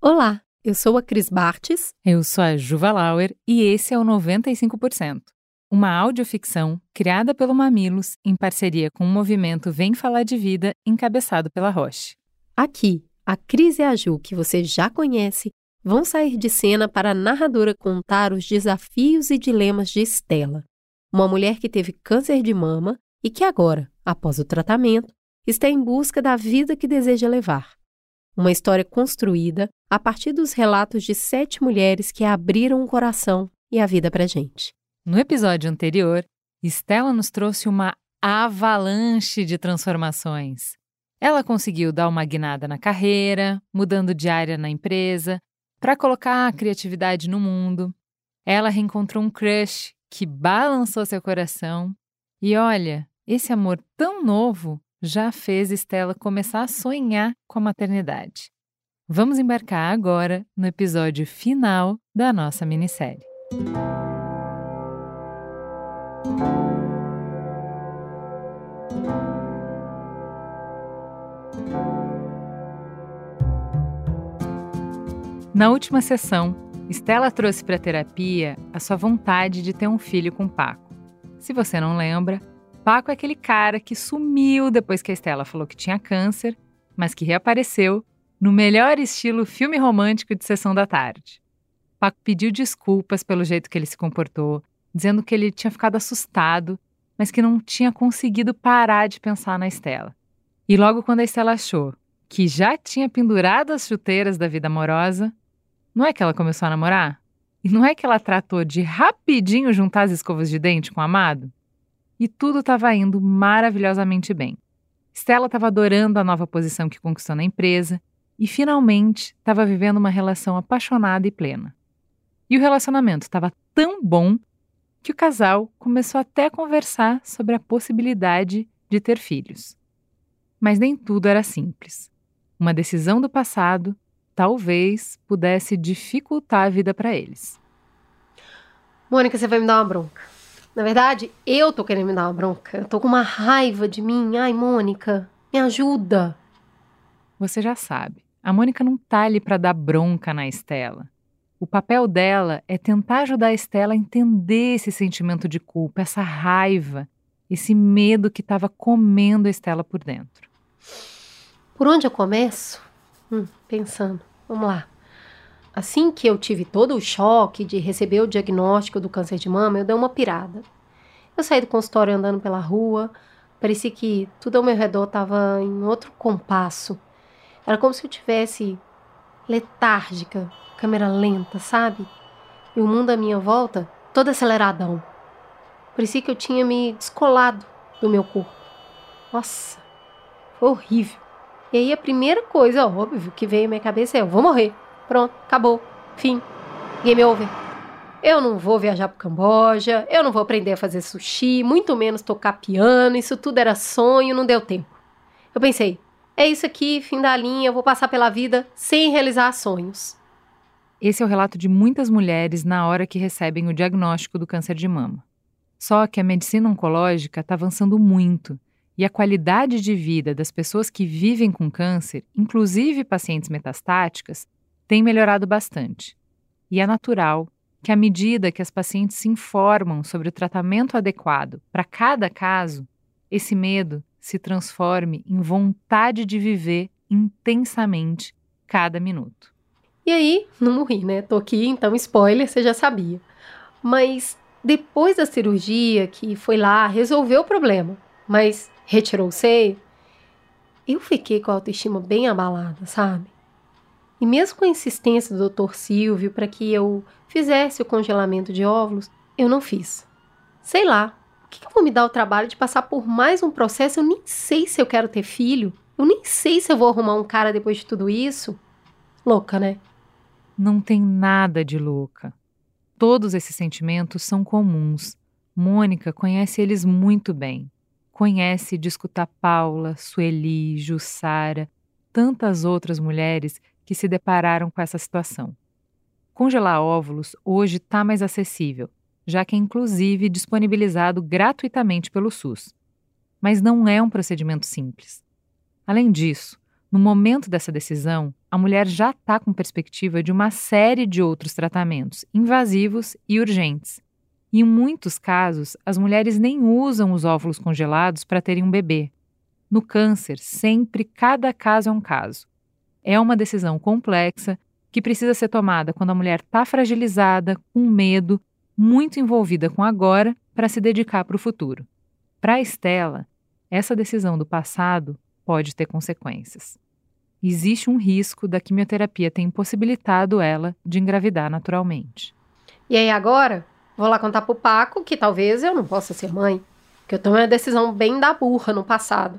Olá, eu sou a Cris Bartes. Eu sou a Juva Lauer e esse é o 95%, uma audioficção criada pelo Mamilos em parceria com o movimento Vem Falar de Vida, encabeçado pela Roche. Aqui, a Cris e a Ju, que você já conhece, vão sair de cena para a narradora contar os desafios e dilemas de Estela, uma mulher que teve câncer de mama e que agora, após o tratamento, está em busca da vida que deseja levar. Uma história construída a partir dos relatos de 7 mulheres que abriram o coração e a vida pra gente. No episódio anterior, Estela nos trouxe uma avalanche de transformações. Ela conseguiu dar uma guinada na carreira, mudando de área na empresa, para colocar a criatividade no mundo. Ela reencontrou um crush que balançou seu coração. E olha, esse amor tão novo já fez Estela começar a sonhar com a maternidade. Vamos embarcar agora no episódio final da nossa minissérie. Na última sessão, Estela trouxe para a terapia a sua vontade de ter um filho com Paco. Se você não lembra, Paco é aquele cara que sumiu depois que a Estela falou que tinha câncer, mas que reapareceu no melhor estilo filme romântico de sessão da tarde. Paco pediu desculpas pelo jeito que ele se comportou, dizendo que ele tinha ficado assustado, mas que não tinha conseguido parar de pensar na Estela. E logo quando a Estela achou que já tinha pendurado as chuteiras da vida amorosa, não é que ela começou a namorar? E não é que ela tratou de rapidinho juntar as escovas de dente com o amado? E tudo estava indo maravilhosamente bem. Estela estava adorando a nova posição que conquistou na empresa e, finalmente, estava vivendo uma relação apaixonada e plena. E o relacionamento estava tão bom que o casal começou até a conversar sobre a possibilidade de ter filhos. Mas nem tudo era simples. Uma decisão do passado talvez pudesse dificultar a vida para eles. Mônica, você vai me dar uma bronca. Na verdade, eu tô querendo me dar uma bronca. Eu tô com uma raiva de mim. Ai, Mônica, me ajuda. Você já sabe, a Mônica não tá ali para dar bronca na Estela. O papel dela é tentar ajudar a Estela a entender esse sentimento de culpa, essa raiva, esse medo que estava comendo a Estela por dentro. Por onde eu começo? Pensando. Vamos lá. Assim que eu tive todo o choque de receber o diagnóstico do câncer de mama, eu dei uma pirada. Eu saí do consultório andando pela rua, parecia que tudo ao meu redor estava em outro compasso. Era como se eu tivesse letárgica, câmera lenta, sabe? E o mundo à minha volta todo aceleradão. Parecia que eu tinha me descolado do meu corpo. Nossa, foi horrível. E aí a primeira coisa, óbvio, que veio à minha cabeça é: eu vou morrer. Pronto, acabou. Fim. Game over. Eu não vou viajar pro Camboja, eu não vou aprender a fazer sushi, muito menos tocar piano, isso tudo era sonho, não deu tempo. Eu pensei, é isso aqui, fim da linha, eu vou passar pela vida sem realizar sonhos. Esse é o relato de muitas mulheres na hora que recebem o diagnóstico do câncer de mama. Só que a medicina oncológica está avançando muito e a qualidade de vida das pessoas que vivem com câncer, inclusive pacientes metastáticas, tem melhorado bastante. E é natural que, à medida que as pacientes se informam sobre o tratamento adequado para cada caso, esse medo se transforme em vontade de viver intensamente cada minuto. E aí, não morri, né? Tô aqui, então spoiler, você já sabia. Mas depois da cirurgia, que foi lá, resolveu o problema, mas retirou o seio, eu fiquei com a autoestima bem abalada, sabe? E mesmo com a insistência do Dr. Silvio para que eu fizesse o congelamento de óvulos, eu não fiz. Sei lá, por que eu vou me dar o trabalho de passar por mais um processo? Eu nem sei se eu quero ter filho. Eu nem sei se eu vou arrumar um cara depois de tudo isso. Louca, né? Não tem nada de louca. Todos esses sentimentos são comuns. Mônica conhece eles muito bem. Conhece de escutar Paula, Sueli, Jussara, tantas outras mulheres que se depararam com essa situação. Congelar óvulos hoje está mais acessível, já que é inclusive disponibilizado gratuitamente pelo SUS. Mas não é um procedimento simples. Além disso, No momento dessa decisão, a mulher já está com perspectiva de uma série de outros tratamentos invasivos e urgentes. E em muitos casos, as mulheres nem usam os óvulos congelados para terem um bebê. No câncer, sempre cada caso é um caso. É uma decisão complexa que precisa ser tomada quando a mulher está fragilizada, com medo, muito envolvida com agora para se dedicar para o futuro. Para a Estela, essa decisão do passado pode ter consequências. Existe um risco da quimioterapia ter impossibilitado ela de engravidar naturalmente. E aí agora, vou lá contar pro Paco que talvez eu não possa ser mãe, que eu tomei uma decisão bem da burra no passado.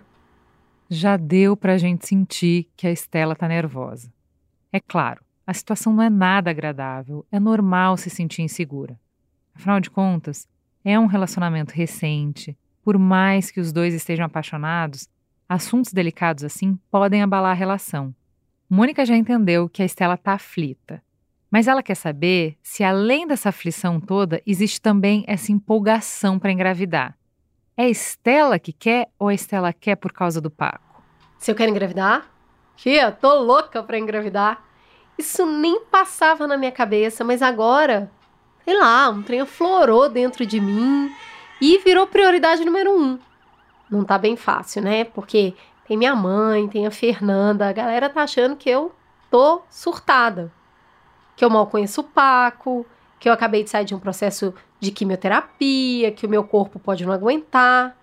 Já deu pra gente sentir que a Estela tá nervosa. É claro, a situação não é nada agradável, é normal se sentir insegura. Afinal de contas, é um relacionamento recente. Por mais que os dois estejam apaixonados, assuntos delicados assim podem abalar a relação. Mônica já entendeu que a Estela tá aflita. Mas ela quer saber se, além dessa aflição toda, existe também essa empolgação para engravidar. É a Estela que quer ou a Estela quer por causa do Paco? Se eu quero engravidar? Fia, tô louca pra engravidar. Isso nem passava na minha cabeça, mas agora, sei lá, um trem aflorou dentro de mim e virou prioridade número 1. Não tá bem fácil, né? Porque tem minha mãe, tem a Fernanda, a galera tá achando que eu tô surtada. Que eu mal conheço o Paco, que eu acabei de sair de um processo de quimioterapia, que o meu corpo pode não aguentar.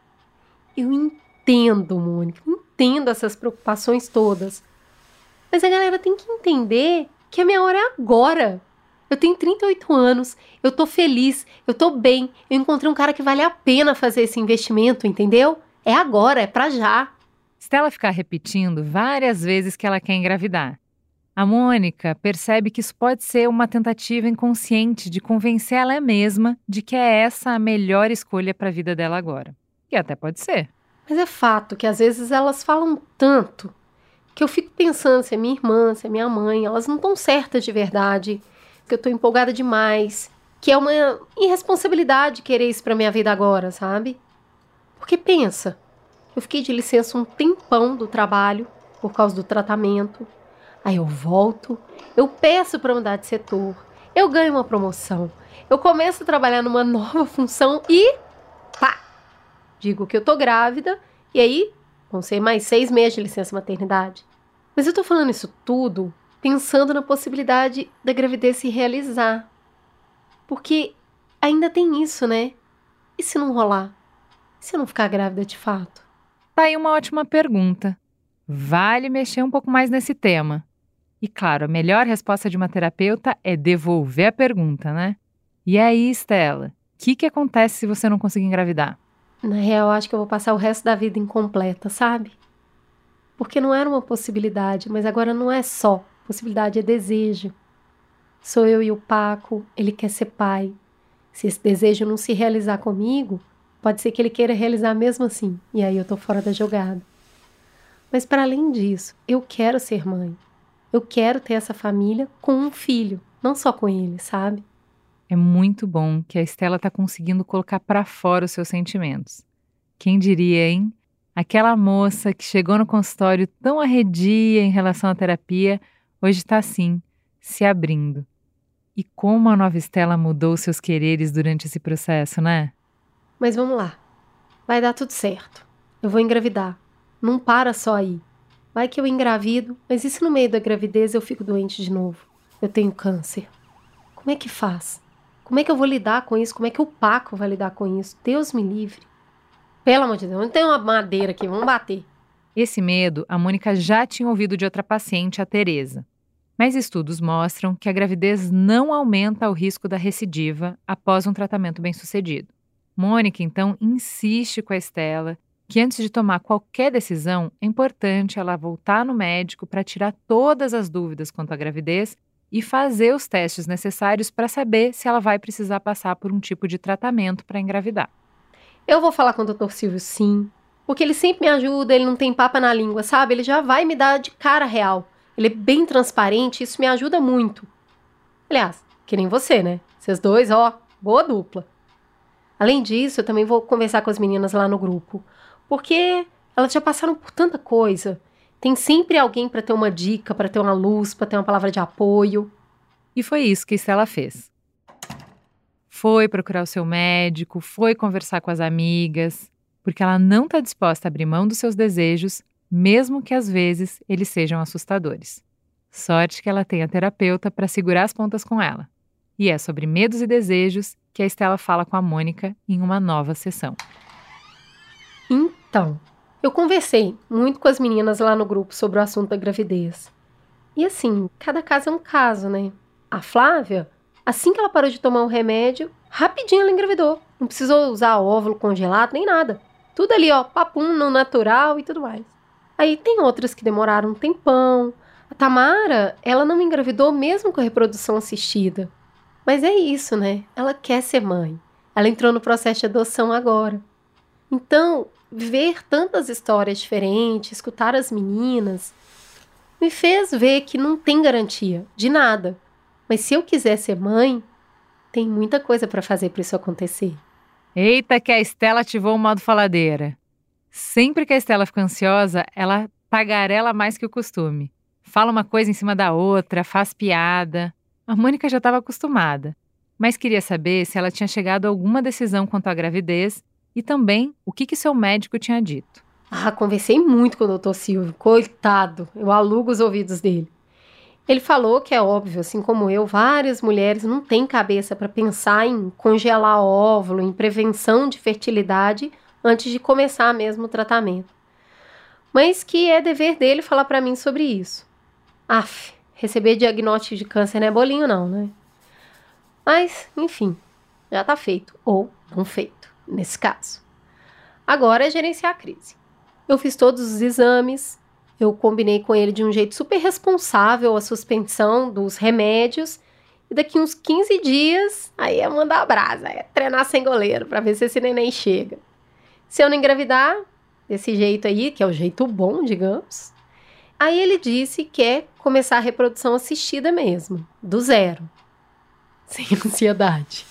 Eu entendo, Mônica, entendo essas preocupações todas. Mas a galera tem que entender que a minha hora é agora. Eu tenho 38 anos, eu tô feliz, eu tô bem, eu encontrei um cara que vale a pena fazer esse investimento, entendeu? É agora, é pra já. Estela fica repetindo várias vezes que ela quer engravidar. A Mônica percebe que isso pode ser uma tentativa inconsciente de convencer ela mesma de que é essa a melhor escolha para a vida dela agora. E até pode ser. Mas é fato que às vezes elas falam tanto que eu fico pensando se é minha irmã, se é minha mãe, elas não estão certas de verdade, que eu tô empolgada demais, que é uma irresponsabilidade querer isso pra minha vida agora, sabe? Porque pensa, eu fiquei de licença um tempão do trabalho por causa do tratamento. Aí eu volto, eu peço para mudar de setor, eu ganho uma promoção, eu começo a trabalhar numa nova função e pá! Digo que eu tô grávida e aí vão ser mais 6 meses de licença maternidade. Mas eu tô falando isso tudo pensando na possibilidade da gravidez se realizar. Porque ainda tem isso, né? E se não rolar? E se eu não ficar grávida de fato? Tá aí uma ótima pergunta. Vale mexer um pouco mais nesse tema. E claro, a melhor resposta de uma terapeuta é devolver a pergunta, né? E aí, Estela, o que acontece se você não conseguir engravidar? Na real, eu acho que eu vou passar o resto da vida incompleta, sabe? Porque não era uma possibilidade, mas agora não é só. Possibilidade é desejo. Sou eu e o Paco, ele quer ser pai. Se esse desejo não se realizar comigo, pode ser que ele queira realizar mesmo assim. E aí eu tô fora da jogada. Mas para além disso, eu quero ser mãe. Eu quero ter essa família com um filho, não só com ele, sabe? É muito bom que a Estela tá conseguindo colocar pra fora os seus sentimentos. Quem diria, hein? Aquela moça que chegou no consultório tão arredia em relação à terapia, hoje tá assim, se abrindo. E como a nova Estela mudou os seus quereres durante esse processo, né? Mas vamos lá. Vai dar tudo certo. Eu vou engravidar. Não para só aí. Vai que eu engravido, mas e se no meio da gravidez eu fico doente de novo? Eu tenho câncer. Como é que faz? Como é que eu vou lidar com isso? Como é que o Paco vai lidar com isso? Deus me livre. Pelo amor de Deus, não tem uma madeira aqui, vamos bater. Esse medo a Mônica já tinha ouvido de outra paciente, a Tereza. Mas estudos mostram que a gravidez não aumenta o risco da recidiva após um tratamento bem-sucedido. Mônica, então, insiste com a Estela que antes de tomar qualquer decisão, é importante ela voltar no médico para tirar todas as dúvidas quanto à gravidez e fazer os testes necessários para saber se ela vai precisar passar por um tipo de tratamento para engravidar. Eu vou falar com o Dr. Silvio, sim, porque ele sempre me ajuda, ele não tem papa na língua, sabe? Ele já vai me dar de cara real. Ele é bem transparente, isso me ajuda muito. Aliás, que nem você, né? Vocês dois, ó, boa dupla. Além disso, eu também vou conversar com as meninas lá no grupo, porque elas já passaram por tanta coisa Tem sempre alguém para ter uma dica, para ter uma luz, para ter uma palavra de apoio. E foi isso que Estela fez. Foi procurar o seu médico, foi conversar com as amigas, porque ela não está disposta a abrir mão dos seus desejos, mesmo que às vezes eles sejam assustadores. Sorte que ela tem a terapeuta para segurar as pontas com ela. E é sobre medos e desejos que a Estela fala com a Mônica em uma nova sessão. Então, eu conversei muito com as meninas lá no grupo sobre o assunto da gravidez. E assim, cada caso é um caso, né? A Flávia, assim que ela parou de tomar um remédio, rapidinho ela engravidou. Não precisou usar óvulo congelado nem nada. Tudo ali, ó, papum, no natural e tudo mais. Aí tem outras que demoraram um tempão. A Tamara, ela não engravidou mesmo com a reprodução assistida. Mas é isso, né? Ela quer ser mãe. Ela entrou no processo de adoção agora. Então, ver tantas histórias diferentes, escutar as meninas, me fez ver que não tem garantia de nada. Mas se eu quiser ser mãe, tem muita coisa para fazer para isso acontecer. Eita, que a Estela ativou o modo faladeira. Sempre que a Estela fica ansiosa, ela tagarela mais que o costume. Fala uma coisa em cima da outra, faz piada. A Mônica já estava acostumada, mas queria saber se ela tinha chegado a alguma decisão quanto à gravidez e também o que seu médico tinha dito. Conversei muito com o Dr. Silvio, coitado, eu alugo os ouvidos dele. Ele falou que é óbvio, assim como eu, várias mulheres não têm cabeça para pensar em congelar óvulo, em prevenção de fertilidade antes de começar mesmo o tratamento. Mas que é dever dele falar para mim sobre isso. Receber diagnóstico de câncer não é bolinho não, né? Mas, enfim, já tá feito, ou não feito, nesse caso. Agora é gerenciar a crise. Eu fiz todos os exames, eu combinei com ele de um jeito super responsável a suspensão dos remédios, e daqui uns 15 dias, aí é mandar a brasa, é treinar sem goleiro, pra ver se esse neném chega. Se eu não engravidar, desse jeito aí, que é o jeito bom, digamos, aí ele disse que quer começar a reprodução assistida mesmo, do zero. Sem ansiedade.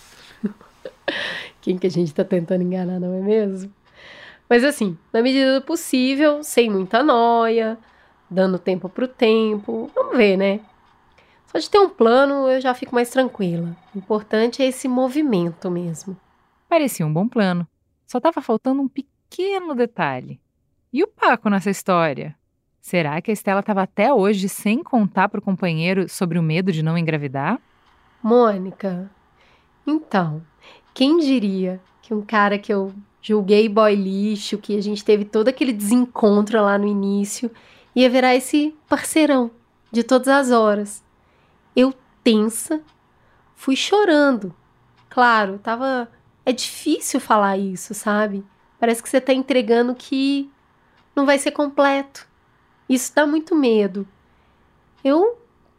Quem que a gente tá tentando enganar, não é mesmo? Mas assim, na medida do possível, sem muita noia, dando tempo pro tempo. Vamos ver, né? Só de ter um plano, eu já fico mais tranquila. O importante é esse movimento mesmo. Parecia um bom plano. Só estava faltando um pequeno detalhe. E o Paco nessa história? Será que a Estela estava até hoje sem contar para o companheiro sobre o medo de não engravidar? Mônica, então, quem diria que um cara que eu julguei boy lixo, que a gente teve todo aquele desencontro lá no início, ia virar esse parceirão de todas as horas. Eu tensa, fui chorando. Claro, é difícil falar isso, sabe? Parece que você tá entregando que não vai ser completo. Isso dá muito medo. Eu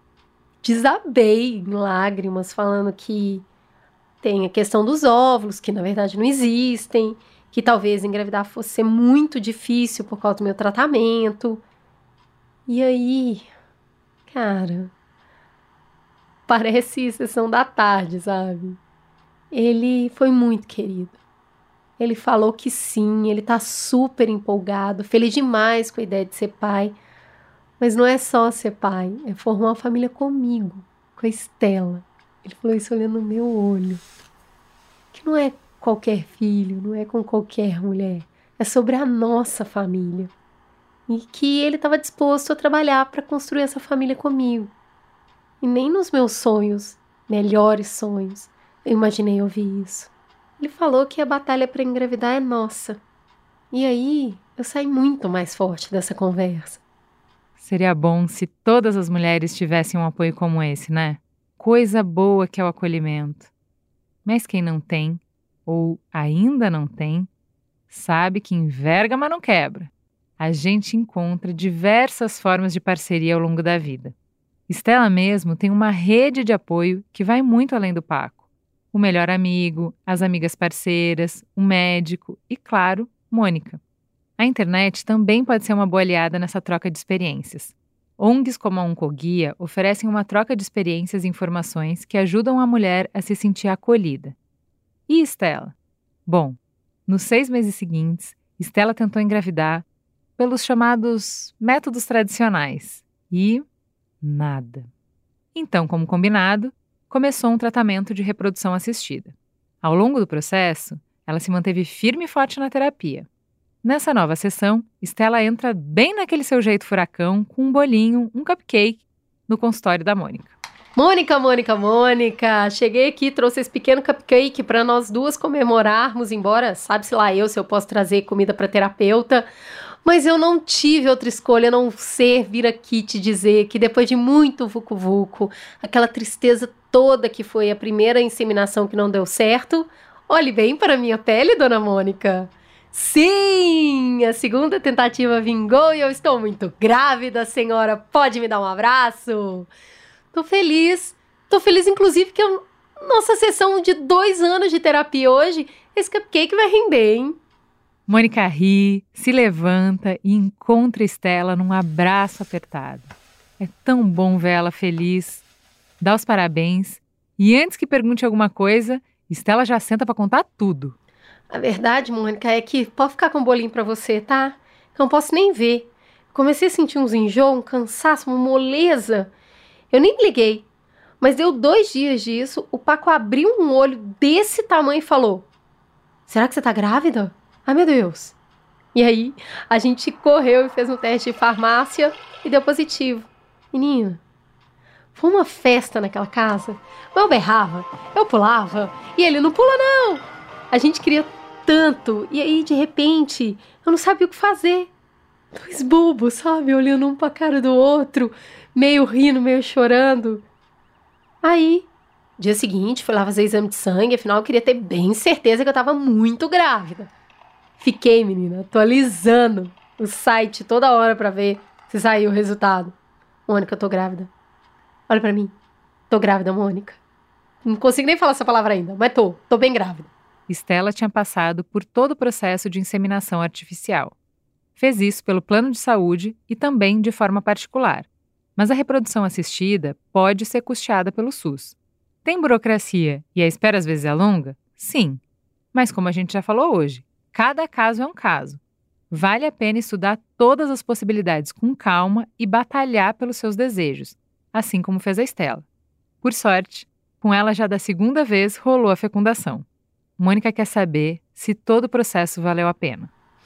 desabei em lágrimas, falando que tem a questão dos óvulos, que na verdade não existem, que talvez engravidar fosse ser muito difícil por causa do meu tratamento. E aí, cara, parece sessão da tarde, sabe? Ele foi muito querido. Ele falou que sim, ele tá super empolgado, feliz demais com a ideia de ser pai. Mas não é só ser pai, é formar uma família comigo, com a Estela. Ele falou isso olhando no meu olho. Que não é qualquer filho, não é com qualquer mulher. É sobre a nossa família. E que ele estava disposto a trabalhar para construir essa família comigo. E nem nos meus sonhos, melhores sonhos, eu imaginei ouvir isso. Ele falou que a batalha para engravidar é nossa. E aí, eu saí muito mais forte dessa conversa. Seria bom se todas as mulheres tivessem um apoio como esse, né? Coisa boa que é o acolhimento. Mas quem não tem, ou ainda não tem, sabe que enverga, mas não quebra. A gente encontra diversas formas de parceria ao longo da vida. Estela mesmo tem uma rede de apoio que vai muito além do Paco. O melhor amigo, as amigas parceiras, o médico e, claro, Mônica. A internet também pode ser uma boa aliada nessa troca de experiências. ONGs como a Oncoguia oferecem uma troca de experiências e informações que ajudam a mulher a se sentir acolhida. E Estela? Bom, nos 6 meses seguintes, Estela tentou engravidar, pelos chamados métodos tradicionais. E nada. Então, como combinado, começou um tratamento de reprodução assistida. Ao longo do processo, ela se manteve firme e forte na terapia. Nessa nova sessão, Stella entra bem naquele seu jeito furacão, com um bolinho, um cupcake, no consultório da Mônica. Mônica, cheguei aqui, trouxe esse pequeno cupcake para nós duas comemorarmos, embora, sabe-se lá se eu posso trazer comida para terapeuta, mas eu não tive outra escolha a não ser vir aqui te dizer que depois de muito vucu-vucu, aquela tristeza toda que foi a primeira inseminação que não deu certo, olhe bem para a minha pele, dona Mônica. Sim, a segunda tentativa vingou e eu estou muito grávida, senhora, pode me dar um abraço? Tô feliz inclusive que nossa sessão de 2 anos de terapia hoje, esse cupcake vai render, hein? Mônica ri, se levanta e encontra Stella num abraço apertado. É tão bom ver ela feliz, dá os parabéns e antes que pergunte alguma coisa, Stella já senta pra contar tudo. A verdade, Mônica, é que pode ficar com um bolinho pra você, tá? Que eu não posso nem ver. Comecei a sentir uns enjoos, um cansaço, uma moleza. Eu nem liguei, mas deu 2 dias disso, o Paco abriu um olho desse tamanho e falou: será que você tá grávida? Ai, meu Deus. E aí, a gente correu e fez um teste de farmácia e deu positivo. Menina, foi uma festa naquela casa. Eu berrava, eu pulava, e ele não pula não. A gente queria tanto, e aí, de repente, eu não sabia o que fazer. 2 bobos, sabe? Olhando um pra cara do outro, meio rindo, meio chorando. Aí, dia seguinte, fui lá fazer exame de sangue, afinal eu queria ter bem certeza que eu tava muito grávida. Fiquei, menina, atualizando o site toda hora pra ver se saiu o resultado. Mônica, eu tô grávida. Olha pra mim. Tô grávida, Mônica. Não consigo nem falar essa palavra ainda, mas tô bem grávida. Stella tinha passado por todo o processo de inseminação artificial. Fez isso pelo plano de saúde e também de forma particular. Mas a reprodução assistida pode ser custeada pelo SUS. Tem burocracia e a espera às vezes é longa? Sim. Mas como a gente já falou hoje, cada caso é um caso. Vale a pena estudar todas as possibilidades com calma e batalhar pelos seus desejos, assim como fez a Stella. Por sorte, com ela já da 2ª vez rolou a fecundação. Mônica quer saber se todo o processo valeu a pena.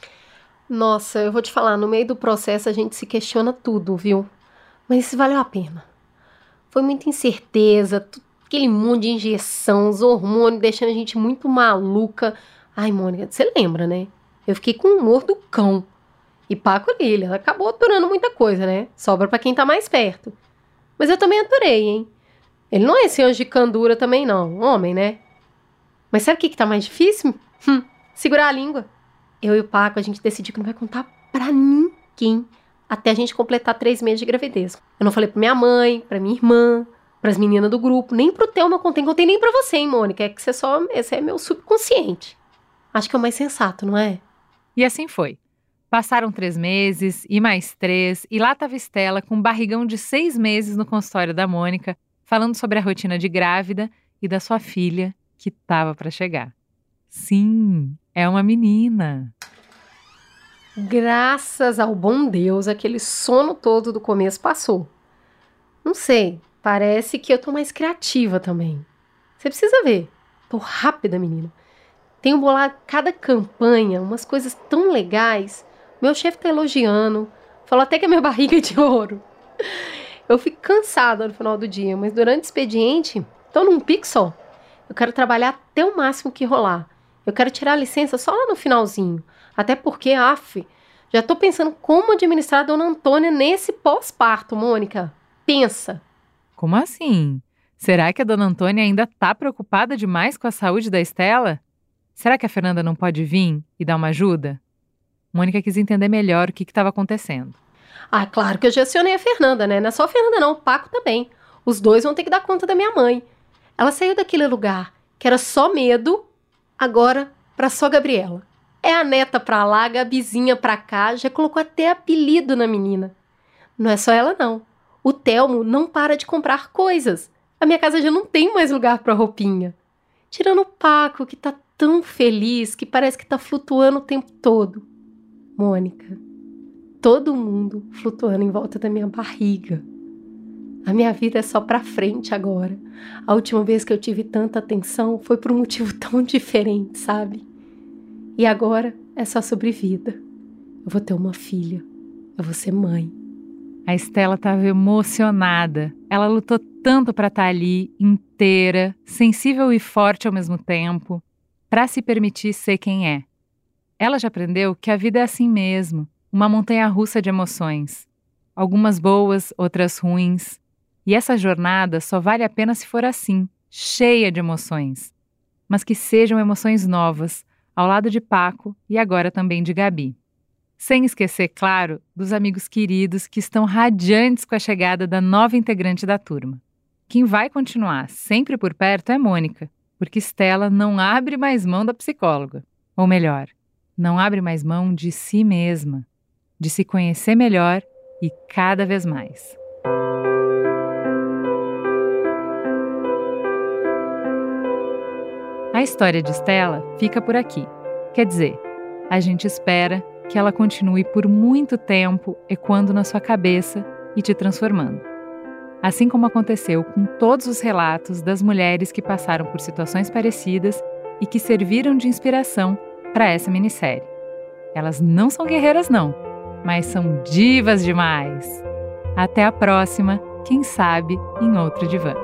Nossa, eu vou te falar, no meio do processo a gente se questiona tudo, viu? Mas isso valeu a pena. Foi muita incerteza, aquele monte de injeção, os hormônios deixando a gente muito maluca. Ai, Mônica, você lembra, né? Eu fiquei com o humor do cão. E Paco ele acabou aturando muita coisa, né? Sobra pra quem tá mais perto. Mas eu também aturei, hein? Ele não é esse anjo de candura também não, homem, né? Mas sabe o que tá mais difícil? Segurar a língua. Eu e o Paco, a gente decidiu que não vai contar pra ninguém até a gente completar 3 meses de gravidez. Eu não falei pra minha mãe, pra minha irmã, pras meninas do grupo, nem pro Thelma eu contei nem pra você, hein, Mônica? É que esse é meu subconsciente. Acho que é o mais sensato, não é? E assim foi. Passaram 3 meses, e mais 3, e lá estava Stella com um barrigão de 6 meses no consultório da Mônica, falando sobre a rotina de grávida e da sua filha, que estava para chegar. Sim, é uma menina. Graças ao bom Deus, aquele sono todo do começo passou. Não sei, parece que eu tô mais criativa também. Você precisa ver. Tô rápida, menina. Tenho bolado cada campanha, umas coisas tão legais. Meu chefe tá elogiando. Falou até que a minha barriga é de ouro. Eu fico cansada no final do dia, mas durante o expediente, tô num pique só. Eu quero trabalhar até o máximo que rolar. Eu quero tirar a licença só lá no finalzinho. Até porque, já tô pensando como administrar a dona Antônia nesse pós-parto, Mônica. Pensa. Como assim? Será que a dona Antônia ainda tá preocupada demais com a saúde da Stella? Será que a Fernanda não pode vir e dar uma ajuda? Mônica quis entender melhor o que estava acontecendo. Claro que eu já acionei a Fernanda, né? Não é só a Fernanda não, o Paco também. Os 2 vão ter que dar conta da minha mãe. Ela saiu daquele lugar que era só medo, agora pra só Gabriela. É a neta pra lá, a Gabizinha pra cá, já colocou até apelido na menina. Não é só ela não. O Telmo não para de comprar coisas. A minha casa já não tem mais lugar pra roupinha. Tirando o Paco, que tá tão feliz, que parece que tá flutuando o tempo todo. Mônica, todo mundo flutuando em volta da minha barriga. A minha vida é só pra frente agora. A última vez que eu tive tanta atenção foi por um motivo tão diferente, sabe? E agora é só sobre vida. Eu vou ter uma filha. Eu vou ser mãe. A Estela estava emocionada. Ela lutou tanto para estar ali, inteira, sensível e forte ao mesmo tempo, para se permitir ser quem é. Ela já aprendeu que a vida é assim mesmo, uma montanha-russa de emoções. Algumas boas, outras ruins. E essa jornada só vale a pena se for assim, cheia de emoções. Mas que sejam emoções novas, ao lado de Paco e agora também de Gabi. Sem esquecer, claro, dos amigos queridos que estão radiantes com a chegada da nova integrante da turma. Quem vai continuar sempre por perto é Mônica, porque Estela não abre mais mão da psicóloga. Ou melhor, não abre mais mão de si mesma, de se conhecer melhor e cada vez mais. A história de Estela fica por aqui. Quer dizer, a gente espera que ela continue por muito tempo ecoando na sua cabeça e te transformando. Assim como aconteceu com todos os relatos das mulheres que passaram por situações parecidas e que serviram de inspiração para essa minissérie. Elas não são guerreiras não, mas são divas demais. Até a próxima, quem sabe em outro divã.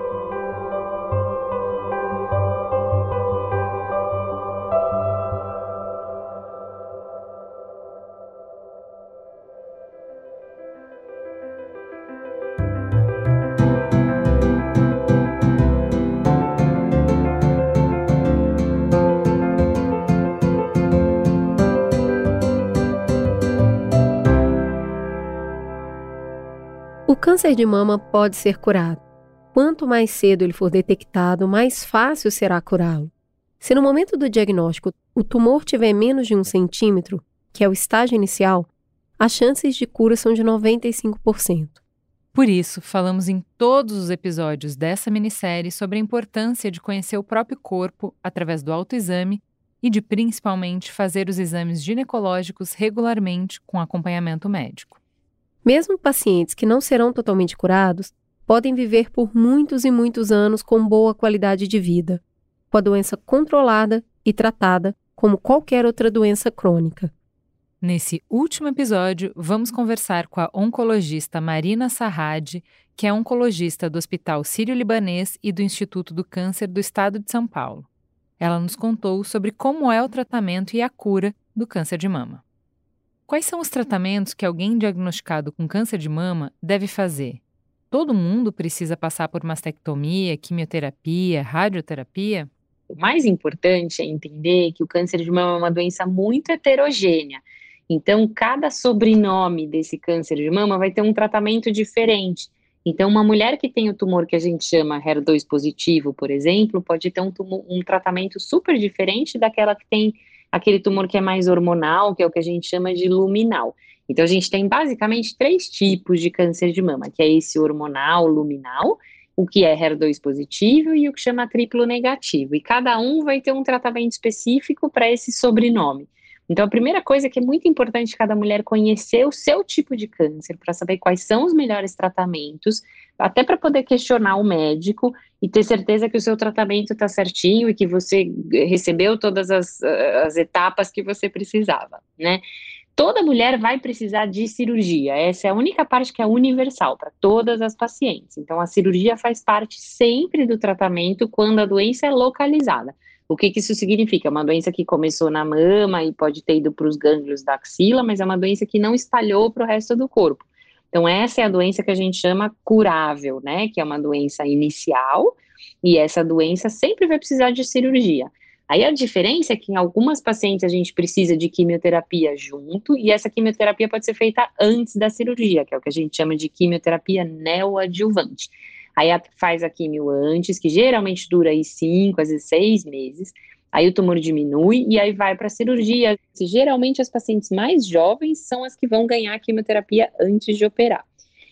O câncer de mama pode ser curado. Quanto mais cedo ele for detectado, mais fácil será curá-lo. Se no momento do diagnóstico o tumor tiver menos de 1 centímetro, que é o estágio inicial, as chances de cura são de 95%. Por isso, falamos em todos os episódios dessa minissérie sobre a importância de conhecer o próprio corpo através do autoexame e de principalmente fazer os exames ginecológicos regularmente com acompanhamento médico. Mesmo pacientes que não serão totalmente curados podem viver por muitos e muitos anos com boa qualidade de vida, com a doença controlada e tratada como qualquer outra doença crônica. Nesse último episódio, vamos conversar com a oncologista Marina Sarrad, que é oncologista do Hospital Sírio-Libanês e do Instituto do Câncer do Estado de São Paulo. Ela nos contou sobre como é o tratamento e a cura do câncer de mama. Quais são os tratamentos que alguém diagnosticado com câncer de mama deve fazer? Todo mundo precisa passar por mastectomia, quimioterapia, radioterapia? O mais importante é entender que o câncer de mama é uma doença muito heterogênea. Então, cada sobrenome desse câncer de mama vai ter um tratamento diferente. Então, uma mulher que tem o tumor que a gente chama HER2 positivo, por exemplo, pode ter um tratamento super diferente daquela que tem aquele tumor que é mais hormonal, que é o que a gente chama de luminal. Então, a gente tem basicamente 3 tipos de câncer de mama, que é esse hormonal, luminal, o que é HER2 positivo e o que chama triplo negativo. E cada um vai ter um tratamento específico para esse sobrenome. Então, a primeira coisa que é muito importante cada mulher conhecer o seu tipo de câncer, para saber quais são os melhores tratamentos, até para poder questionar o médico e ter certeza que o seu tratamento está certinho e que você recebeu todas as etapas que você precisava, né? Toda mulher vai precisar de cirurgia, essa é a única parte que é universal para todas as pacientes. Então, a cirurgia faz parte sempre do tratamento quando a doença é localizada. O que isso significa? É uma doença que começou na mama e pode ter ido para os gânglios da axila, mas é uma doença que não espalhou para o resto do corpo. Então, essa é a doença que a gente chama curável, né? Que é uma doença inicial, e essa doença sempre vai precisar de cirurgia. Aí a diferença é que em algumas pacientes a gente precisa de quimioterapia junto, e essa quimioterapia pode ser feita antes da cirurgia, que é o que a gente chama de quimioterapia neoadjuvante. Aí faz a quimio antes, que geralmente dura aí 5, às vezes 6 meses, aí o tumor diminui e aí vai para a cirurgia. Geralmente as pacientes mais jovens são as que vão ganhar a quimioterapia antes de operar.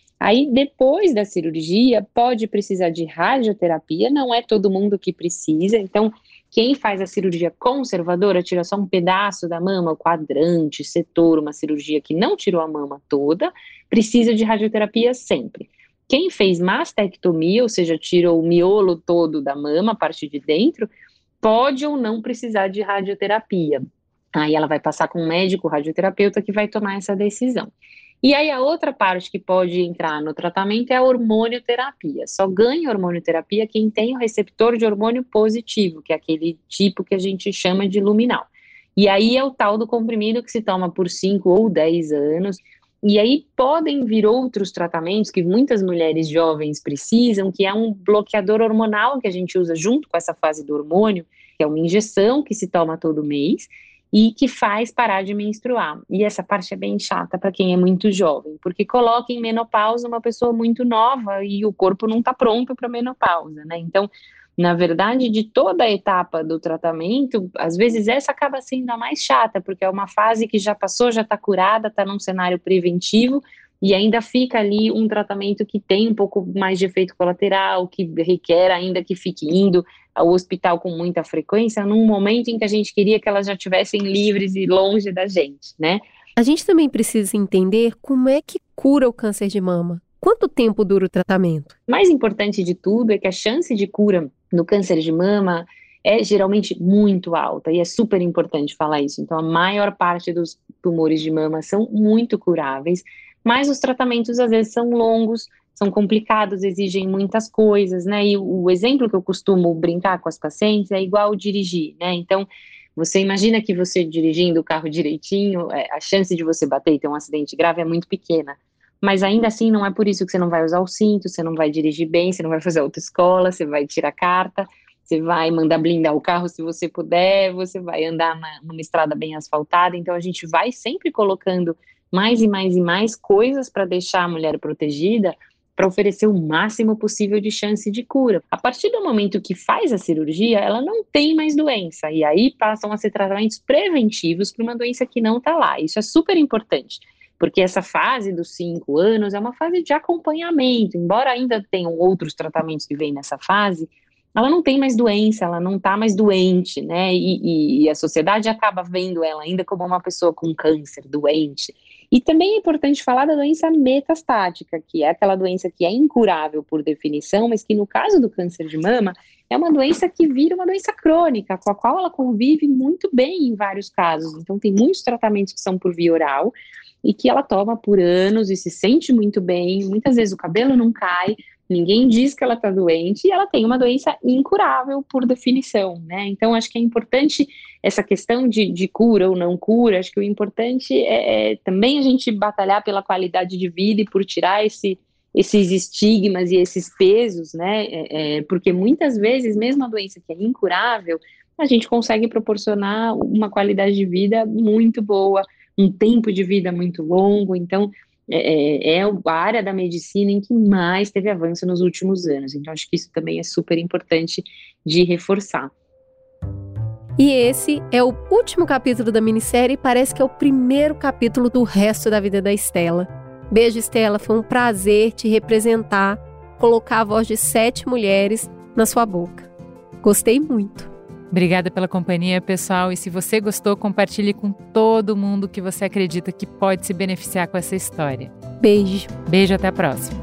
Aí depois da cirurgia pode precisar de radioterapia, não é todo mundo que precisa, então Quem faz a cirurgia conservadora, tira só um pedaço da mama, o quadrante, setor, uma cirurgia que não tirou a mama toda, precisa de radioterapia sempre. Quem fez mastectomia, ou seja, tirou o miolo todo da mama, a parte de dentro, pode ou não precisar de radioterapia. Aí ela vai passar com um médico radioterapeuta que vai tomar essa decisão. E aí a outra parte que pode entrar no tratamento é a hormonioterapia. Só ganha hormonioterapia quem tem o receptor de hormônio positivo, que é aquele tipo que a gente chama de luminal. E aí é o tal do comprimido que se toma por 5 ou 10 anos. E aí podem vir outros tratamentos que muitas mulheres jovens precisam, que é um bloqueador hormonal que a gente usa junto com essa fase do hormônio, que é uma injeção que se toma todo mês, e que faz parar de menstruar. E essa parte é bem chata para quem é muito jovem, porque coloca em menopausa uma pessoa muito nova e o corpo não está pronto para menopausa, né? Então, na verdade, de toda a etapa do tratamento, às vezes essa acaba sendo a mais chata, porque é uma fase que já passou, já está curada, está num cenário preventivo, e ainda fica ali um tratamento que tem um pouco mais de efeito colateral, que requer ainda que fique indo ao hospital com muita frequência, num momento em que a gente queria que elas já estivessem livres e longe da gente, né? A gente também precisa entender como é que cura o câncer de mama. Quanto tempo dura o tratamento? O mais importante de tudo é que a chance de cura no câncer de mama é geralmente muito alta, e é super importante falar isso. Então, a maior parte dos tumores de mama são muito curáveis, mas os tratamentos às vezes são longos, são complicados, exigem muitas coisas, né? E o exemplo que eu costumo brincar com as pacientes é igual dirigir, né? Então, você imagina que você dirigindo o carro direitinho, a chance de você bater e ter um acidente grave é muito pequena. Mas ainda assim, não é por isso que você não vai usar o cinto, você não vai dirigir bem, você não vai fazer autoescola, você vai tirar carta, você vai mandar blindar o carro se você puder, você vai andar numa estrada bem asfaltada. Então, a gente vai sempre colocando mais e mais e mais coisas para deixar a mulher protegida, para oferecer o máximo possível de chance de cura. A partir do momento que faz a cirurgia, ela não tem mais doença, e aí passam a ser tratamentos preventivos para uma doença que não está lá. Isso é super importante, porque essa fase dos 5 anos é uma fase de acompanhamento, embora ainda tenham outros tratamentos que vêm nessa fase, ela não tem mais doença, ela não está mais doente, né, e a sociedade acaba vendo ela ainda como uma pessoa com câncer, doente. E também é importante falar da doença metastática, que é aquela doença que é incurável por definição, mas que no caso do câncer de mama, é uma doença que vira uma doença crônica, com a qual ela convive muito bem em vários casos. Então tem muitos tratamentos que são por via oral, e que ela toma por anos e se sente muito bem, muitas vezes o cabelo não cai, ninguém diz que ela está doente, e ela tem uma doença incurável por definição, né? Então, acho que é importante essa questão de cura ou não cura, acho que o importante é também a gente batalhar pela qualidade de vida e por tirar esses estigmas e esses pesos, né? Porque muitas vezes, mesmo a doença que é incurável, a gente consegue proporcionar uma qualidade de vida muito boa, um tempo de vida muito longo. Então, é a área da medicina em que mais teve avanço nos últimos anos. Então, acho que isso também é super importante de reforçar. E esse é o último capítulo da minissérie e parece que é o primeiro capítulo do resto da vida da Estela. Beijo, Estela, foi um prazer te representar, colocar a voz de 7 mulheres na sua boca. Gostei muito. Obrigada pela companhia, pessoal. E se você gostou, compartilhe com todo mundo que você acredita que pode se beneficiar com essa história. Beijo. Beijo, até a próxima.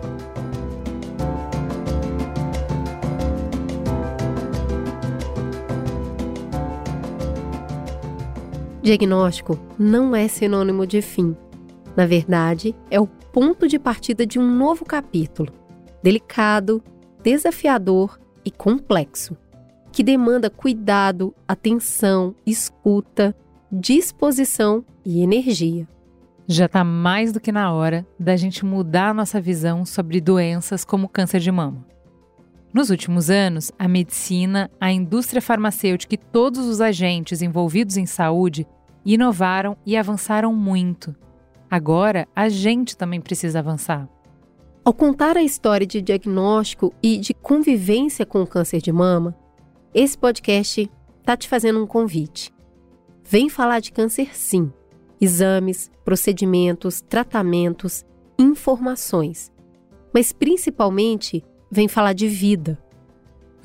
Diagnóstico não é sinônimo de fim. Na verdade, é o ponto de partida de um novo capítulo, delicado, desafiador e complexo, que demanda cuidado, atenção, escuta, disposição e energia. Já está mais do que na hora da gente mudar a nossa visão sobre doenças como câncer de mama. Nos últimos anos, a medicina, a indústria farmacêutica e todos os agentes envolvidos em saúde inovaram e avançaram muito. Agora, a gente também precisa avançar. Ao contar a história de diagnóstico e de convivência com o câncer de mama, esse podcast está te fazendo um convite. Vem falar de câncer sim. Exames, procedimentos, tratamentos, informações. Mas principalmente, vem falar de vida.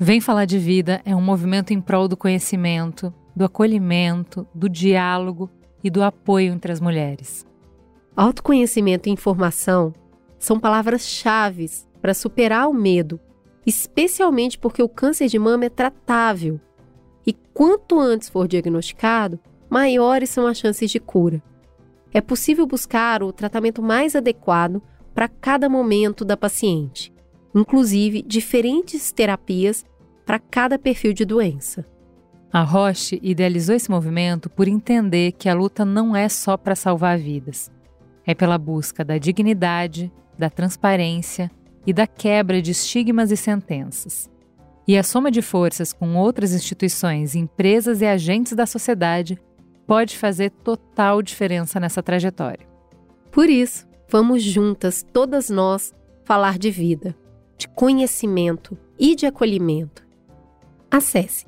Vem Falar de Vida é um movimento em prol do conhecimento, do acolhimento, do diálogo e do apoio entre as mulheres. Autoconhecimento e informação são palavras-chave para superar o medo, especialmente porque o câncer de mama é tratável. E quanto antes for diagnosticado, maiores são as chances de cura. É possível buscar o tratamento mais adequado para cada momento da paciente, inclusive diferentes terapias para cada perfil de doença. A Roche idealizou esse movimento por entender que a luta não é só para salvar vidas. É pela busca da dignidade, da transparência e da quebra de estigmas e sentenças. E a soma de forças com outras instituições, empresas e agentes da sociedade pode fazer total diferença nessa trajetória. Por isso, vamos juntas, todas nós, falar de vida, de conhecimento e de acolhimento. Acesse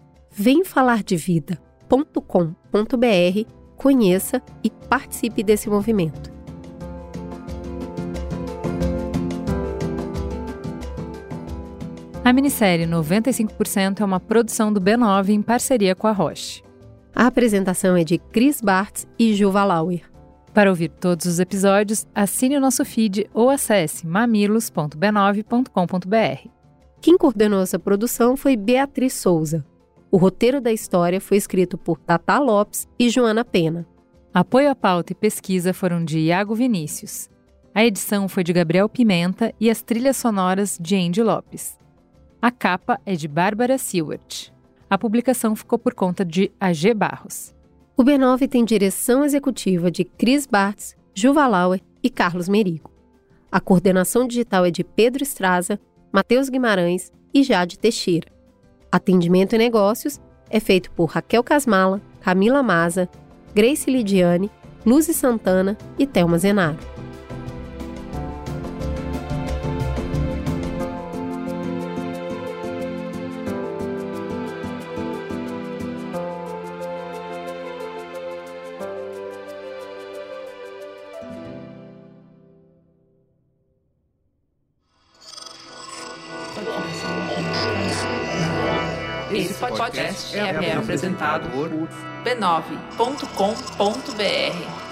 vemfalardevida.com.br, conheça e participe desse movimento. A minissérie 95% é uma produção do B9 em parceria com a Roche. A apresentação é de Cris Bartz e Juva Lauer. Para ouvir todos os episódios, assine o nosso feed ou acesse mamilos.b9.com.br. Quem coordenou essa produção foi Beatriz Souza. O roteiro da história foi escrito por Tata Lopes e Joana Pena. Apoio à pauta e pesquisa foram de Iago Vinícius. A edição foi de Gabriel Pimenta e as trilhas sonoras de Andy Lopes. A capa é de Bárbara Seward. A publicação ficou por conta de AG Barros. O B9 tem direção executiva de Cris Bartz, Juva Lauer e Carlos Merigo. A coordenação digital é de Pedro Estraza, Matheus Guimarães e Jade Teixeira. Atendimento e negócios é feito por Raquel Casmala, Camila Maza, Grace Lidiane, Luzi Santana e Thelma Zenaro. Esse podcast é apresentado por b9.com.br.